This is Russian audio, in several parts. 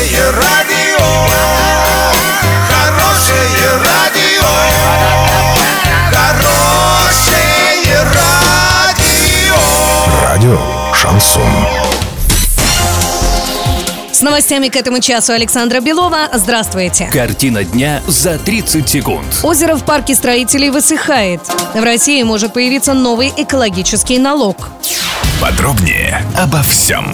Хорошее радио, хорошее радио, хорошее радио. Радио «Шансон». С новостями к этому часу Александра Белова. Здравствуйте. Картина дня за 30 секунд. Озеро в парке строителей высыхает. В России может появиться новый экологический налог. Подробнее обо всем.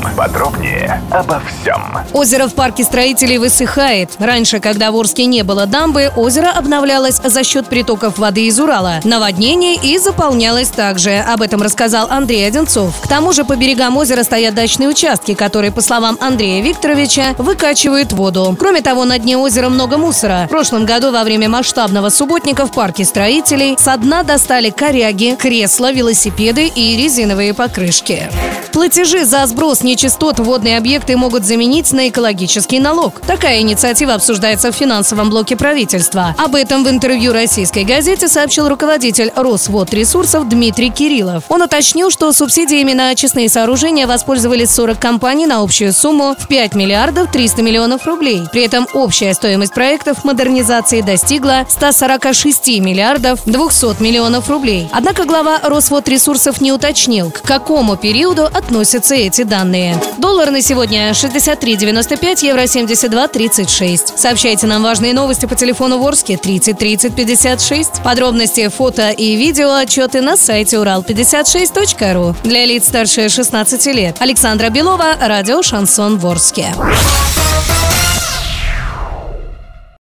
Озеро в парке строителей высыхает. Раньше, когда в Орске не было дамбы, озеро обновлялось за счет притоков воды из Урала, наводнений и заполнялось также. Об этом рассказал Андрей Одинцов. К тому же по берегам озера стоят дачные участки, которые, по словам Андрея Викторовича, выкачивают воду. Кроме того, на дне озера много мусора. В прошлом году во время масштабного субботника в парке строителей со дна достали коряги, кресла, велосипеды и резиновые покрышки. Платежи за сброс нечистот в водные объекты могут заменить на экологический налог. Такая инициатива обсуждается в финансовом блоке правительства. Об этом в интервью российской газете сообщил руководитель Росводресурсов Дмитрий Кириллов. Он уточнил, что субсидиями на очистные сооружения воспользовались 40 компаний на общую сумму в 5 миллиардов 300 миллионов рублей. При этом общая стоимость проектов модернизации достигла 146 миллиардов 200 миллионов рублей. Однако глава Росводресурсов не уточнил, к какому периоду относятся эти данные. Доллар на сегодня 63,95, евро 72,36. Сообщайте нам важные новости по телефону в Орске 30 30 56. Подробности, фото и видео отчеты на сайте урал56.ру. Для лиц старше 16 лет. Александра Белова, радио «Шансон» в Орске.